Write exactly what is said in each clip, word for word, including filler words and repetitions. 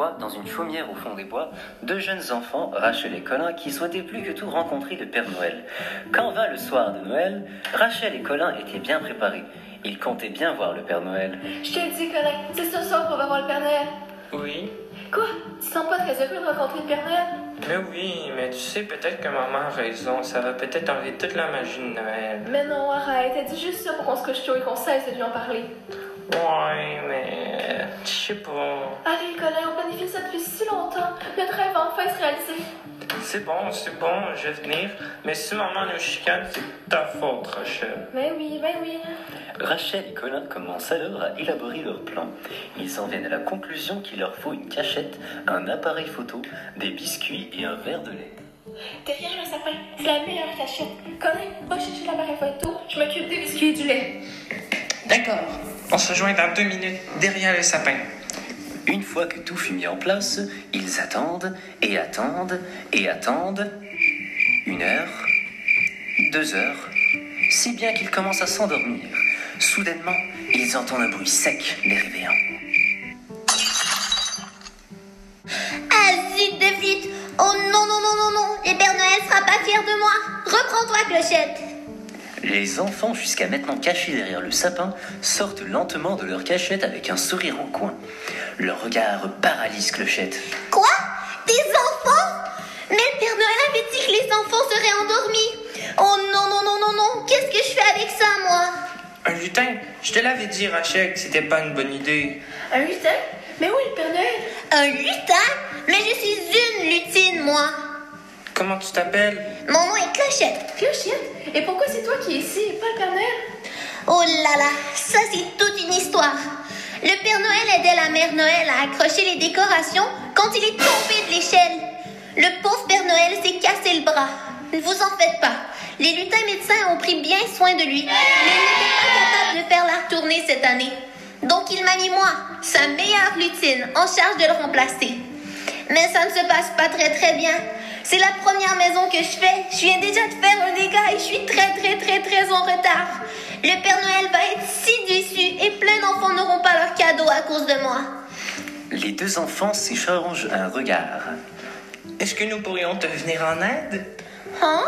fois, dans une chaumière au fond des bois, deux jeunes enfants, Rachel et Colin, qui souhaitaient plus que tout rencontrer le Père Noël. Quand vint le soir de Noël, Rachel et Colin étaient bien préparés. Ils comptaient bien voir le Père Noël. Je te le dis, Colin, c'est ce soir qu'on va voir le Père Noël. Oui. Quoi? Tu sens pas très heureux de rencontrer le Père Noël? Mais oui, mais tu sais, peut-être que maman a raison. Ça va peut-être enlever toute la magie de Noël. Mais non, arrête. Elle dit juste ça pour qu'on se couche tôt et qu'on cesse de lui en parler. Ouais, mais... Je sais pas. Allez, Colin, on planifie ça depuis si longtemps. Notre rêve va enfin se réaliser. C'est bon, c'est bon, je vais venir. Mais si maman nous chicane, c'est ta faute, Rachel. Ben oui, ben oui. Rachel et Colin commencent alors à élaborer leur plan. Ils en viennent à la conclusion qu'il leur faut une cachette, un appareil photo, des biscuits et un verre de lait. Derrière le sapin, c'est la meilleure cachette. Colin, va chercher l'appareil photo, je m'occupe des biscuits et du lait. D'accord. On se rejoint dans deux minutes, derrière le sapin. Une fois que tout fut mis en place, ils attendent et attendent et attendent. Une heure, deux heures, si bien qu'ils commencent à s'endormir. Soudainement, ils entendent un bruit sec les réveillant. Ah zut de vite! Oh non, non, non, non, non! Le Père Noël sera pas fier de moi! Reprends-toi, Clochette! Les enfants, jusqu'à maintenant cachés derrière le sapin, sortent lentement de leur cachette avec un sourire en coin. Leur regard paralyse Clochette. Quoi? Des enfants? Mais le Père Noël avait dit que les enfants seraient endormis! Oh non, non, non, non, non! Qu'est-ce que je fais avec ça, moi? Un lutin? Je te l'avais dit, Rachel, que c'était pas une bonne idée. Un lutin? Mais où est le Père Noël? Un lutin? Mais je suis une lutine, moi! Comment tu t'appelles? Mon nom est Clochette. Clochette? Et pourquoi c'est toi qui es ici et pas le Père Noël? Oh là là, ça c'est toute une histoire. Le Père Noël aidait la Mère Noël à accrocher les décorations quand il est tombé de l'échelle. Le pauvre Père Noël s'est cassé le bras. Ne vous en faites pas. Les lutins médecins ont pris bien soin de lui, mais il n'était pas capable de faire la retourner cette année. Donc il m'a mis moi, sa meilleure lutine, en charge de le remplacer. Mais ça ne se passe pas très très bien. C'est la première maison que je fais. Je viens déjà de faire un dégât et je suis très très très très en retard. Le Père Noël va être si déçu et plein d'enfants n'auront pas leur cadeau à cause de moi. Les deux enfants s'échangent un regard. Est-ce que nous pourrions te venir en aide? Hein?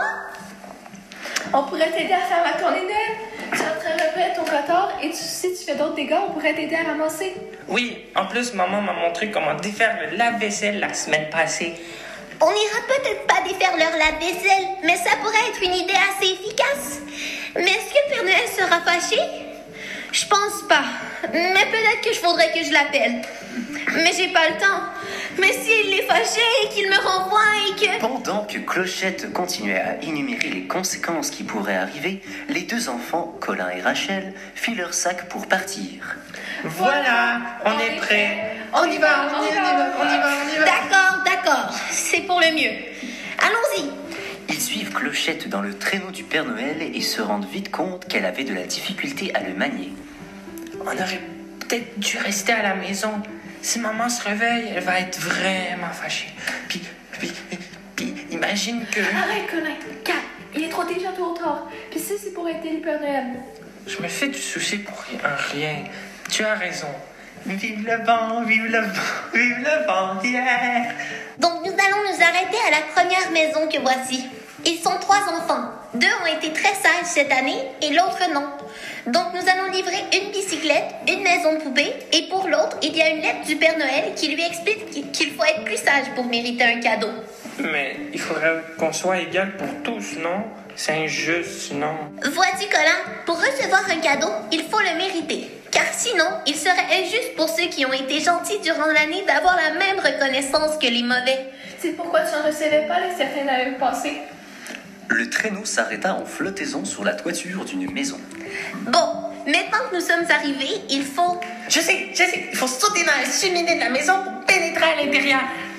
On pourrait t'aider à faire la tournée de Noël. Tu rattraperais ton retard et tu, si tu fais d'autres dégâts, on pourrait t'aider à ramasser. Oui, en plus, maman m'a montré comment défaire le lave-vaisselle la semaine passée. On n'ira peut-être pas défaire leur lave-vaisselle, mais ça pourrait être une idée assez efficace. Mais est-ce que le Père Noël sera fâché? Je pense pas. Mais peut-être que je faudrait que je l'appelle. Mais j'ai pas le temps. Mais s'il est fâché et qu'il me renvoie et que... Pendant que Clochette continuait à énumérer les conséquences qui pourraient arriver, les deux enfants, Colin et Rachel, firent leur sac pour partir. Voilà, on est prêts. On y va, on y va, on y va, on y va, on y va. D'accord, d'accord. C'est pour le mieux. Allons-y. Ils suivent Clochette dans le traîneau du Père Noël et se rendent vite compte qu'elle avait de la difficulté à le manier. On aurait peut-être dû rester à la maison. Si maman se réveille, elle va être vraiment fâchée. Puis, puis, puis, puis imagine que... Arrête, Colin. Calme. Il est trop déjà trop tard. Puis ça, c'est pour aider le Père Noël. Je me fais du souci pour un rien. Tu as raison. Vive le vent, vive le vent, vive le vent, yeah! Donc nous allons nous arrêter à la première maison que voici. Ils sont trois enfants. Deux ont été très sages cette année et l'autre non. Donc nous allons livrer une bicyclette, une maison de poupée et pour l'autre, il y a une lettre du Père Noël qui lui explique qu'il faut être plus sage pour mériter un cadeau. Mais il faudrait qu'on soit égal pour tous, non? C'est injuste, non? Vois-tu, Colin, pour recevoir un cadeau, il faut le mériter. Car sinon, il serait injuste pour ceux qui ont été gentils durant l'année d'avoir la même reconnaissance que les mauvais. C'est pourquoi tu n'en recevais pas les certaines années passées. Le traîneau s'arrêta en flottaison sur la toiture d'une maison. Bon, maintenant que nous sommes arrivés, il faut... Je sais, je sais, il faut sauter dans la cheminée de la maison pour pénétrer à l'intérieur.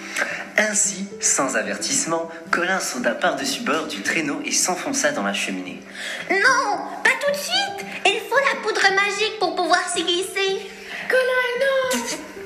Ainsi, sans avertissement, Colin sauta par-dessus bord du traîneau et s'enfonça dans la cheminée. Non, pas tout de suite. Il faut la poudre magique pour pouvoir s'y glisser. Colin, non!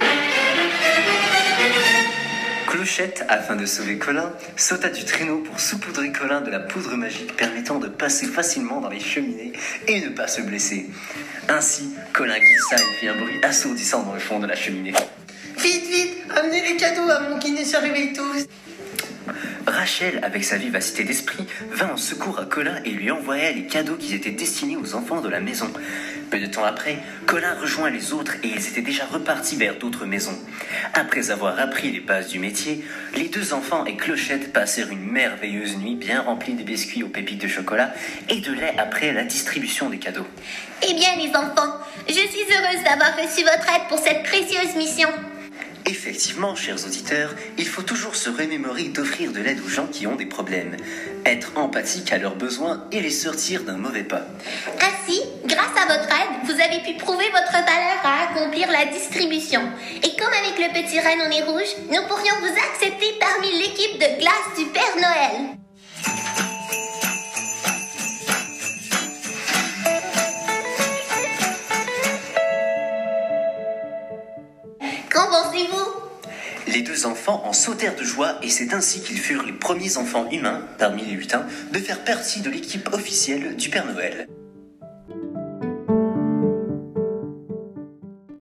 Clochette, afin de sauver Colin, sauta du traîneau pour saupoudrer Colin de la poudre magique permettant de passer facilement dans les cheminées et ne pas se blesser. Ainsi, Colin glissa et fit un bruit assourdissant dans le fond de la cheminée. Vite, vite, amenez les cadeaux avant qu'ils ne se réveillent tous. Rachel, avec sa vivacité d'esprit, vint en secours à Colin et lui envoya les cadeaux qui étaient destinés aux enfants de la maison. Peu de temps après, Colin rejoint les autres et ils étaient déjà repartis vers d'autres maisons. Après avoir appris les bases du métier, les deux enfants et Clochette passèrent une merveilleuse nuit bien remplie de biscuits aux pépites de chocolat et de lait après la distribution des cadeaux. Eh bien les enfants, je suis heureuse d'avoir reçu votre aide pour cette précieuse mission. Effectivement, chers auditeurs, il faut toujours se remémorer d'offrir de l'aide aux gens qui ont des problèmes, être empathique à leurs besoins et les sortir d'un mauvais pas. Ainsi, grâce à votre aide, vous avez pu prouver votre valeur à accomplir la distribution. Et comme avec le petit renne au nez rouge, nous pourrions vous accepter parmi l'équipe de glace du Père Noël. Qu'en pensez-vous? Les deux enfants en sautèrent de joie et c'est ainsi qu'ils furent les premiers enfants humains, parmi les lutins, de faire partie de l'équipe officielle du Père Noël.